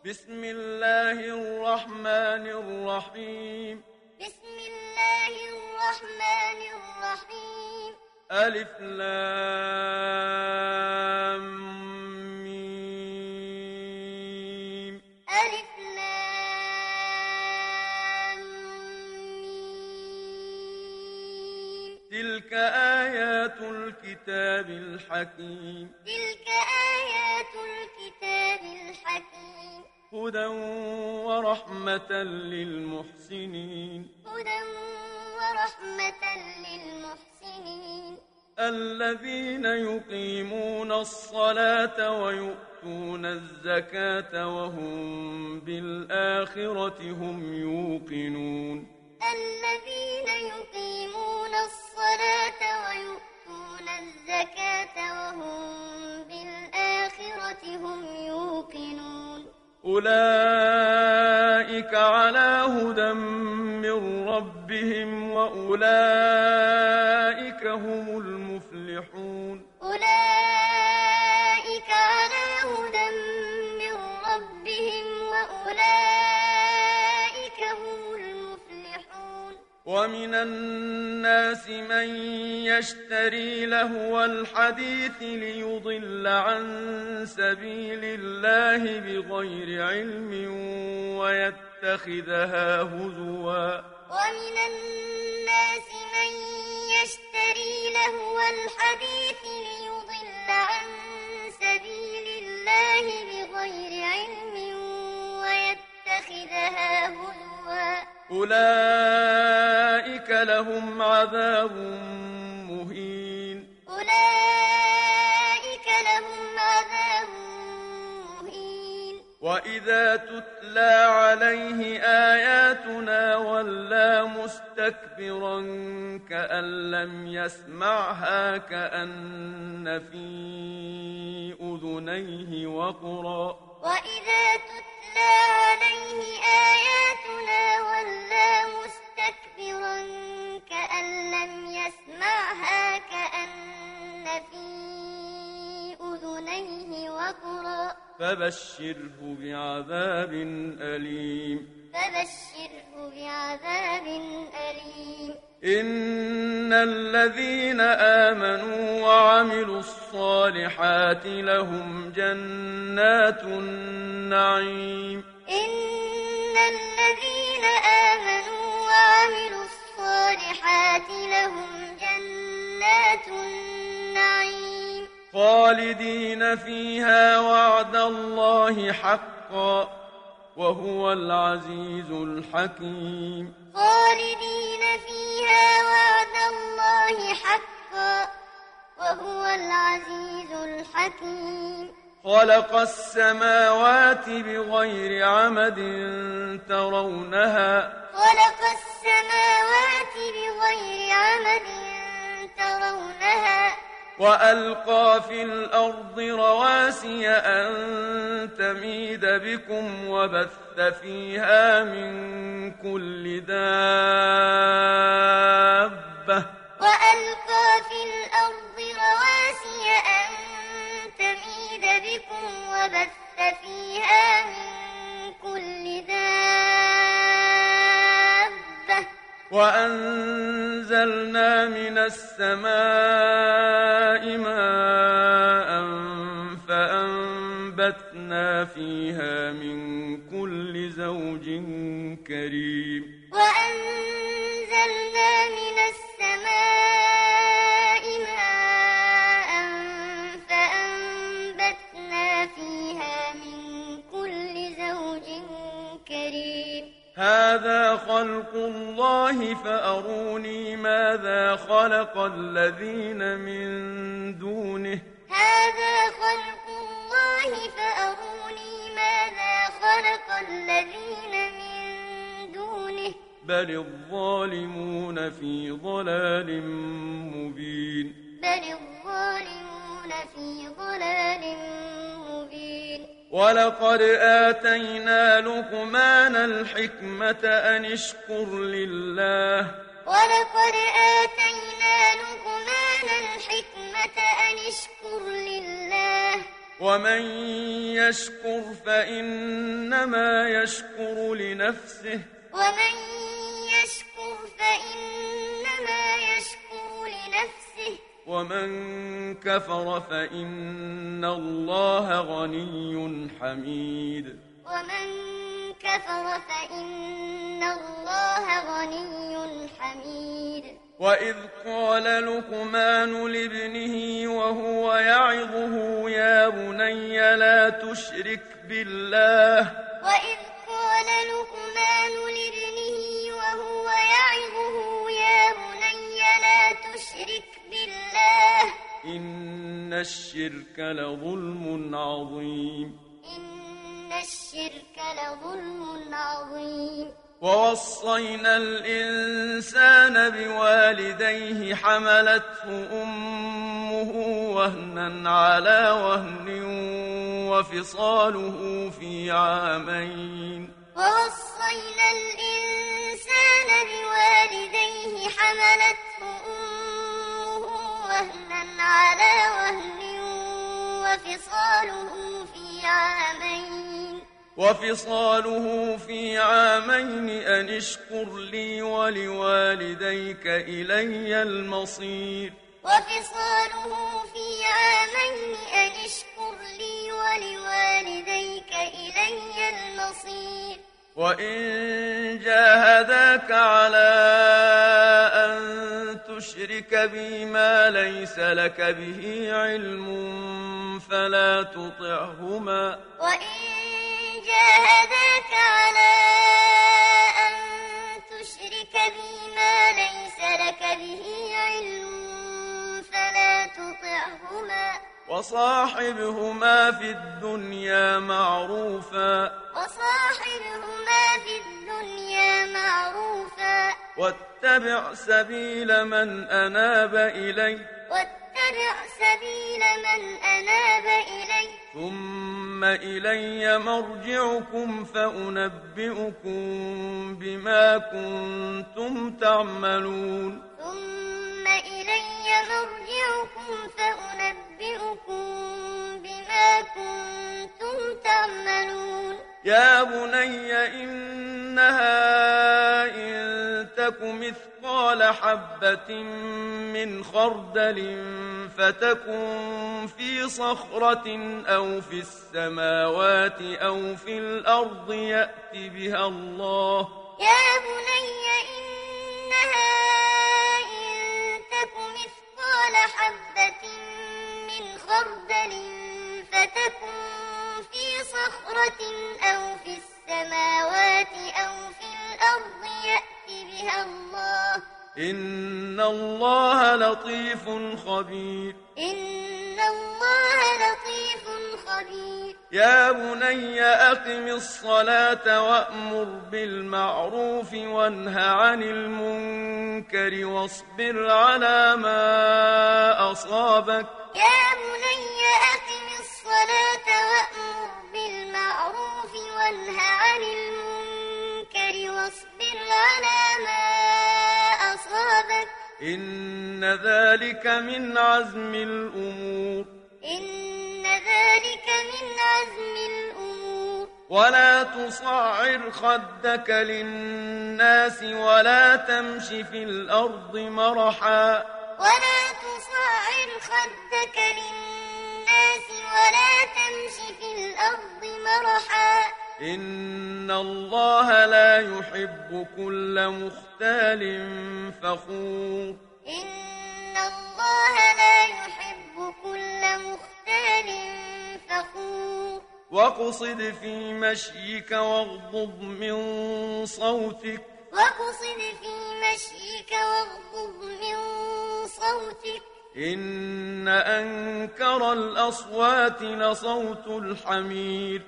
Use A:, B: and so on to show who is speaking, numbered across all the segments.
A: بسم الله الرحمن الرحيم.
B: بسم الله الرحمن الرحيم.
A: ألف لام ميم.
B: ألف لام ميم.
A: تلك آيات الكتاب الحكيم.
B: تلك آيات الكتاب الحكيم.
A: هدى ورحمة للمحسنين.
B: هدى ورحمة للمحسنين.
A: الذين يقيمون الصلاة ويؤتون الزكاة وهم بالآخرة هم يوقنون.
B: الذين يقيمون الصلاة ويؤتون الزكاة وهم بالآخرة هم يوقنون.
A: أولئك على هدى من ربهم وأولئك هم المفلحون.
B: أولئك على هدى من ربهم وأولئك هم المفلحون.
A: ومن الناس من يشتري لهو الحديث ليضل عن سبيل الله بغير علم ويتخذها هزوا.
B: ومن الناس من يشتري لهو الحديث ليضل عن سبيل الله بغير علم ويتخذها هزوا.
A: أولئك لهم عذاب مهين.
B: أولئك لهم عذاب مهين.
A: وإذا تتلى عليه آياتنا ولى مستكبرا كأن لم يسمعها كأن في أذنيه وقرا.
B: وإذا تتلى عليه آياتنا ولى مستكبرا كأن لم يسمعها كأن في أذنيه وقرا.
A: فبشره بعذاب أليم.
B: فبشره بعذاب أليم.
A: إن الذين آمنوا وعملوا الصالحات لهم جنات النعيم.
B: إن الذين آمنوا وعملوا الصالحات لهم جنات النعيم.
A: خالدين فيها وعد الله حقا وهو العزيز الحكيم.
B: خالدين فيها وعد الله حقا وهو العزيز الحكيم.
A: خلق السماوات بغير عمد ترونها.
B: خلق السماوات بغير عمد ترونها.
A: وألقى في الأرض رواسي أن تميد بكم وبث فيها من كل دابة.
B: وألقى في الأرض رواسي أن تميد بكم وبث فيها من كل دابة.
A: وأنزلنا من السماء ماء فأنبتنا فيها من كل زوج كريم.
B: وأنزلنا من السماء ماء فأنبتنا فيها من كل زوج كريم.
A: هذا خلق الله فأروني ماذا خلق الذين من دونه.
B: هذا خلق الله فأروني ماذا خلق الذين من دونه.
A: بل الظالمون في ضلال مبين.
B: بل الظالمون في ضلال مبين.
A: ولقد آتينا لقمان الحكمة أن اشكر لله.
B: ولقد آتينا لقمان الحكمة أن اشكر لله.
A: ومن يشكر فإنما يشكر لنفسه
B: ومن يشكر فإنما يشكر لنفسه
A: ومن كفر فإن الله غني حميد
B: ومن كفر فإن الله غني حميد
A: وإذ قال لقمان لابنه وهو يعظه يا بني لا تشرك بالله
B: وإذ قال لقمان لابنه وهو يعظه يا بني لا تشرك بالله
A: إن الشرك لظلم عظيم
B: إن الشرك لظلم عظيم
A: ووصينا الإنسان بوالديه حملته أمه وهنا على وهن وفصاله في عامين
B: ووصينا الإنسان بوالديه حملته أمه وهنا على وهن وفصاله في عامين أن اشكر لي ولوالديك إلي المصير وفصاله في عامين أن اشكر لي ولوالديك إلي المصير
A: وإن جاهداك على أن تشرك بي ما ليس لك به علم فلا تطعهما
B: وإن جاهداك على أن تشرك بي ما ليس لك به علم فلا تطعهما
A: وصاحبهما في الدنيا معروفا واتبع سبيل من أناب إلي ثم إلي مرجعكم فأنبئكم بما كنتم تعملون يا بني إنها إن تك مثقال حبة من خردل فتكن في صخرة أو في السماوات أو في الأرض يأت بها الله
B: يا بني إنها إن تك مثقال حبة من خردل فتكن في صخرة أو في السماوات أو في الأرض يأت بها الله
A: إن الله لطيف خبير يا بني أقم الصلاة وأمر بالمعروف وانه عن المنكر واصبر على ما أصابك
B: يا بني أقم الصلاة وأمر بالمعروف وانه عن المنكر واصبر على ما أصابك
A: إن ذلك من عزم الأمور ولا تصعر خدك للناس ولا تمش في الأرض مرحا إن الله لا يحب كل مختال فخور واقصد في مشيك واغضض من صوتك إن أنكر الأصوات لصوت الحمير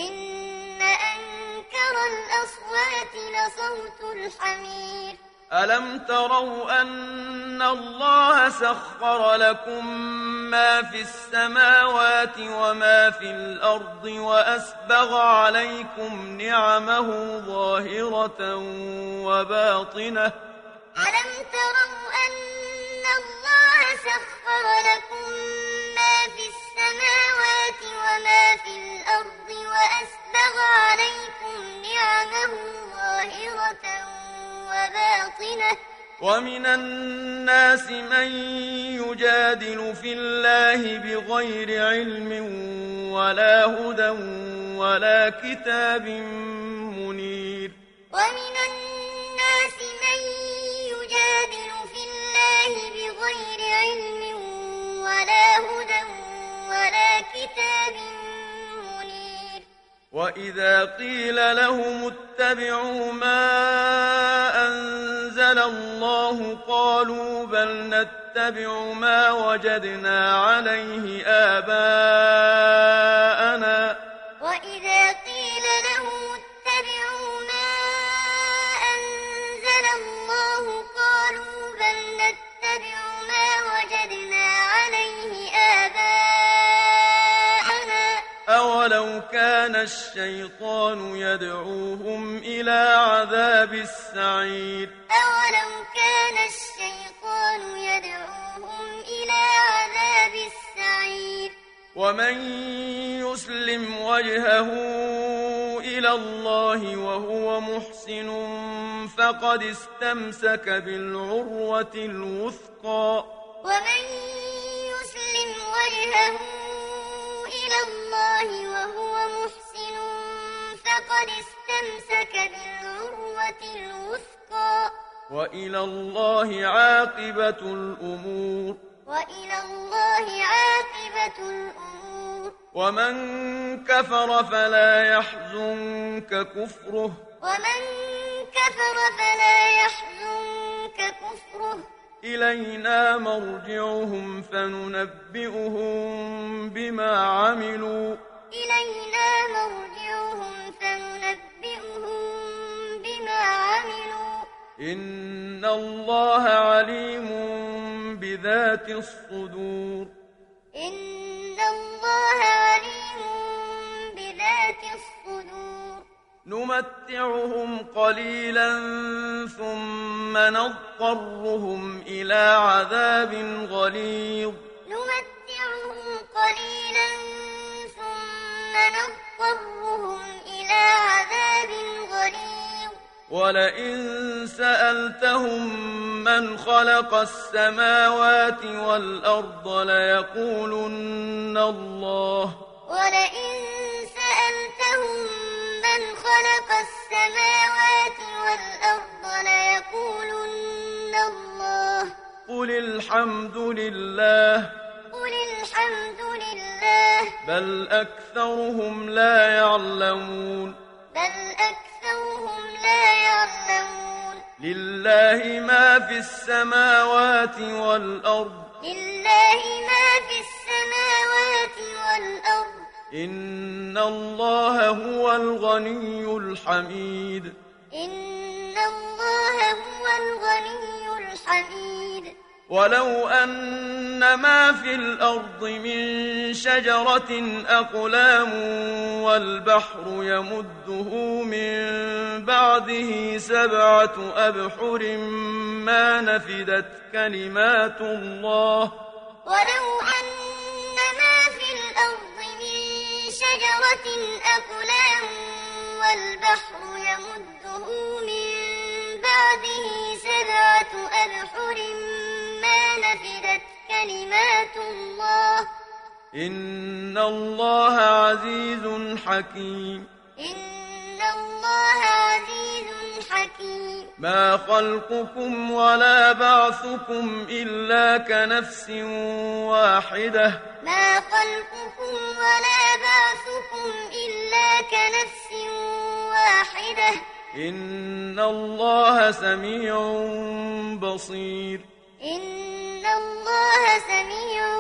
A: ألم تروا أن الله سخر لكم ما في السماوات وما في الأرض وأسبغ عليكم نعمه ظاهرة وباطنة
B: ألم تروا أن الله سخر لكم ما في السماوات وما في الأرض وأسبغ عليكم نعمه ظاهرة وباطنة
A: ومن الناس من يجادل في الله بغير علم ولا هدى ولا كتاب منير
B: ومن الناس من يجادل في الله بغير علم ولا هدى ولا كتاب منير
A: وإذا قيل لهم اتبعوا ما أنزل الله قالوا بل نتبع ما وجدنا عليه آباءنا
B: وإذا قيل لهم اتبعوا ما أنزل الله قالوا بل نتبع ما وجدنا عليه آباءنا
A: أولو كان الشيطان يدعوهم إلى عذاب السعير
B: أولو كان الشيطان يدعوهم إلى عذاب السعير
A: ومن يسلم وجهه إلى الله وهو محسن فقد استمسك بالعروة الوثقى
B: ومن يسلم وجهه إلى الله وهو محسن فقد استمسك بالعروة الوثقى
A: وإلى الله عاقبة الأمور
B: وإلى الله عاقبة الأمور
A: ومن كفر فلا يحزنك كفره
B: ومن كفر فلا يحزنك كفره
A: إلينا مرجعهم فننبئهم بما عملوا
B: إلينا مرجعهم فننبئهم بما عملوا
A: إن الله عليم بذات الصدور
B: إن الله عليم بذات الصدور
A: نمتعهم قليلا ثم نضطرهم إلى عذاب غليظ
B: نمتعهم قليلا ثم نضطرهم إلى عذاب غليظ
A: ولئن سألتهم من خلق السماوات والأرض ليقولن الله
B: ولئن سألتهم من خلق السماوات والأرض ليقولن الله
A: قل الحمد لله
B: قل الحمد لله
A: بل أكثرهم لا يعلمون
B: بل أكثرهم لا يعلمون
A: لله ما في السماوات والأرض
B: لله ما في السماوات والأرض
A: إن الله هو الغني الحميد
B: إن الله هو الغني الحميد
A: ولو أن ما في الأرض من شجرة أقلام والبحر يمده من بعده 7 أبحر ما نفدت كلمات الله
B: ولو أن ما في الأرض من شجرة أقلام والبحر يمده من بعده 7 أبحر ما نفدت كلمات الله
A: إن الله عزيز حكيم
B: إن الله عزيز حكيم
A: ما خلقكم ولا بعثكم إلا كنفس واحدة
B: ما خلقكم ولا بعثكم إلا كنفس واحدة
A: إن الله سميع بصير
B: إن الله سميع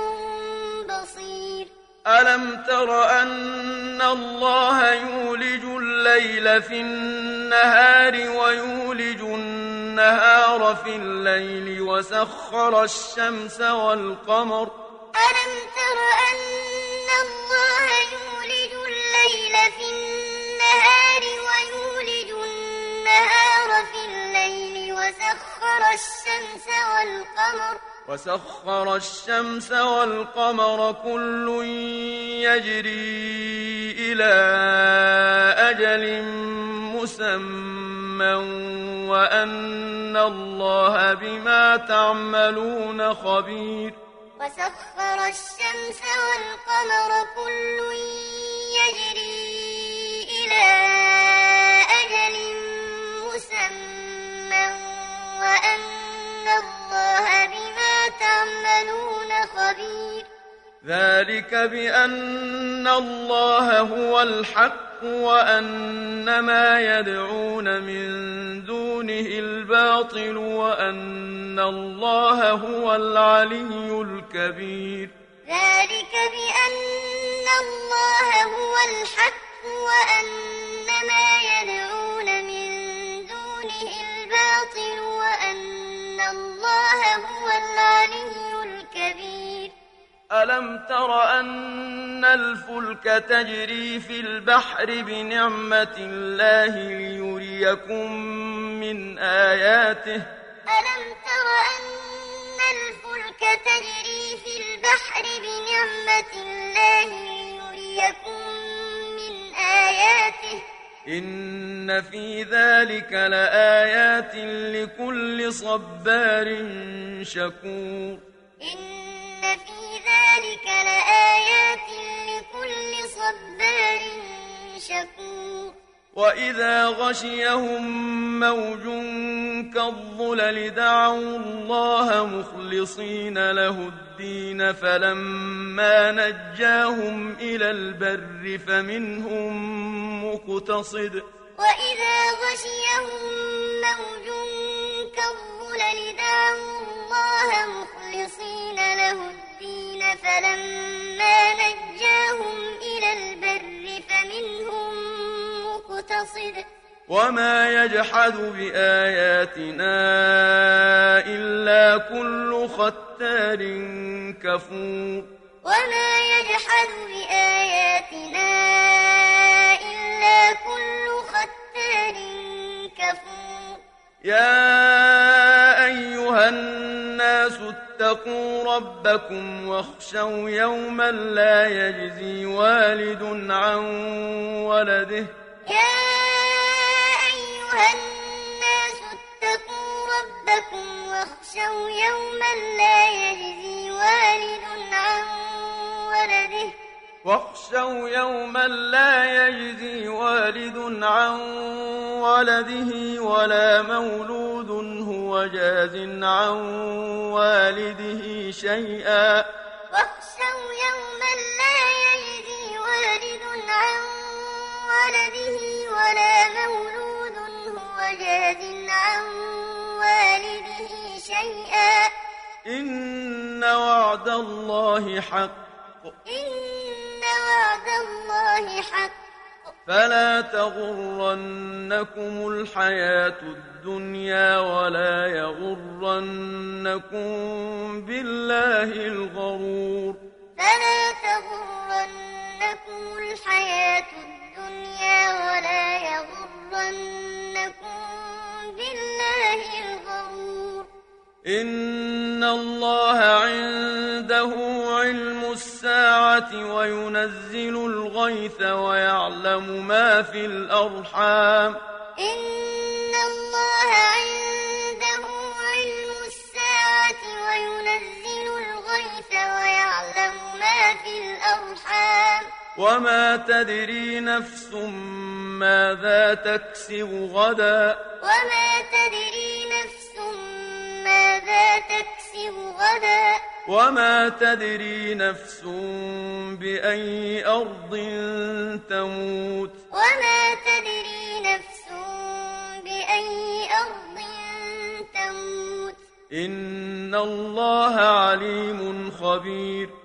B: بصير
A: ألم تر أن الله يولج الليل في النهار ويولج النهار في الليل وسخر الشمس والقمر
B: ألم تر أن الله يولج الليل في النهار ويولج النهار في الليل وسخر الشمس والقمر
A: وسخر الشمس والقمر كل يجري إلى أجل مسمى وأن الله بما تعملون خبير
B: وسخر الشمس والقمر كل يجري إلى أجل مسمى وأن الله بما تعملون خبير
A: ذلك بأن الله هو الحق وأن ما يدعون من دونه الباطل وأن الله هو العلي الكبير
B: ذلك بأن الله هو الحق وأن ما يدعون من دونه الباطل وأن الله هو العلي الكبير
A: ألم تر أن الفلك تجري في البحر بنعمة الله ليريكم من آياته
B: ألم تر أن الفلك تجري في البحر بنعمة الله ليريكم من آياته
A: إن في ذلك لآيات لكل صبار شكور
B: إن في ذلك لآيات لكل صبار شكور
A: وإذا غشيهم موج كالظلل دعوا الله مخلصين له الدين فلما نجاهم إلى البر فمنهم مقتصد
B: وإذا غشيهم موج كالظلل دعوا الله مخلصين له الدين فلما نجاهم إلى البر فمنهم مقتصد
A: وما يجحد بآياتنا إلا كل ختار كفور
B: وما يجحد بآياتنا إلا كل ختار كفور
A: يا أيها الناس اتقوا ربكم واخشوا يوما لا يجزي والد عن ولده
B: يا أيها الناس اتقوا ربكم واخشوا يوما لا يجزي والد عن ولده
A: واخشوا يوما لا يجزي والد عن ولده ولا مولود هو جاز عن والده شيئا
B: واخشوا يوما لا يجزي والد عن ولده ولا مولود هو جاز عن والده شيئا
A: إن وعد الله حق
B: إن وعد الله حق
A: فلا تغرنكم الحياة الدنيا ولا يغرنكم بالله الغرور
B: فلا تغرنكم الحياة الدنيا ولا يغرنكم بالله الغرور
A: إن الله عنده علم الساعة وينزل الغيث ويعلم ما في الأرحام
B: إن الله عنده علم الساعة وينزل الغيث ويعلم ما في الأرحام
A: وما تدري نفس ماذا تكسب غدا
B: وما تدري نفس ماذا تكسب غدا
A: وما تدري نفس بأي أرض تموت
B: وما تدري نفس بأي أرض تموت
A: إن الله عليم خبير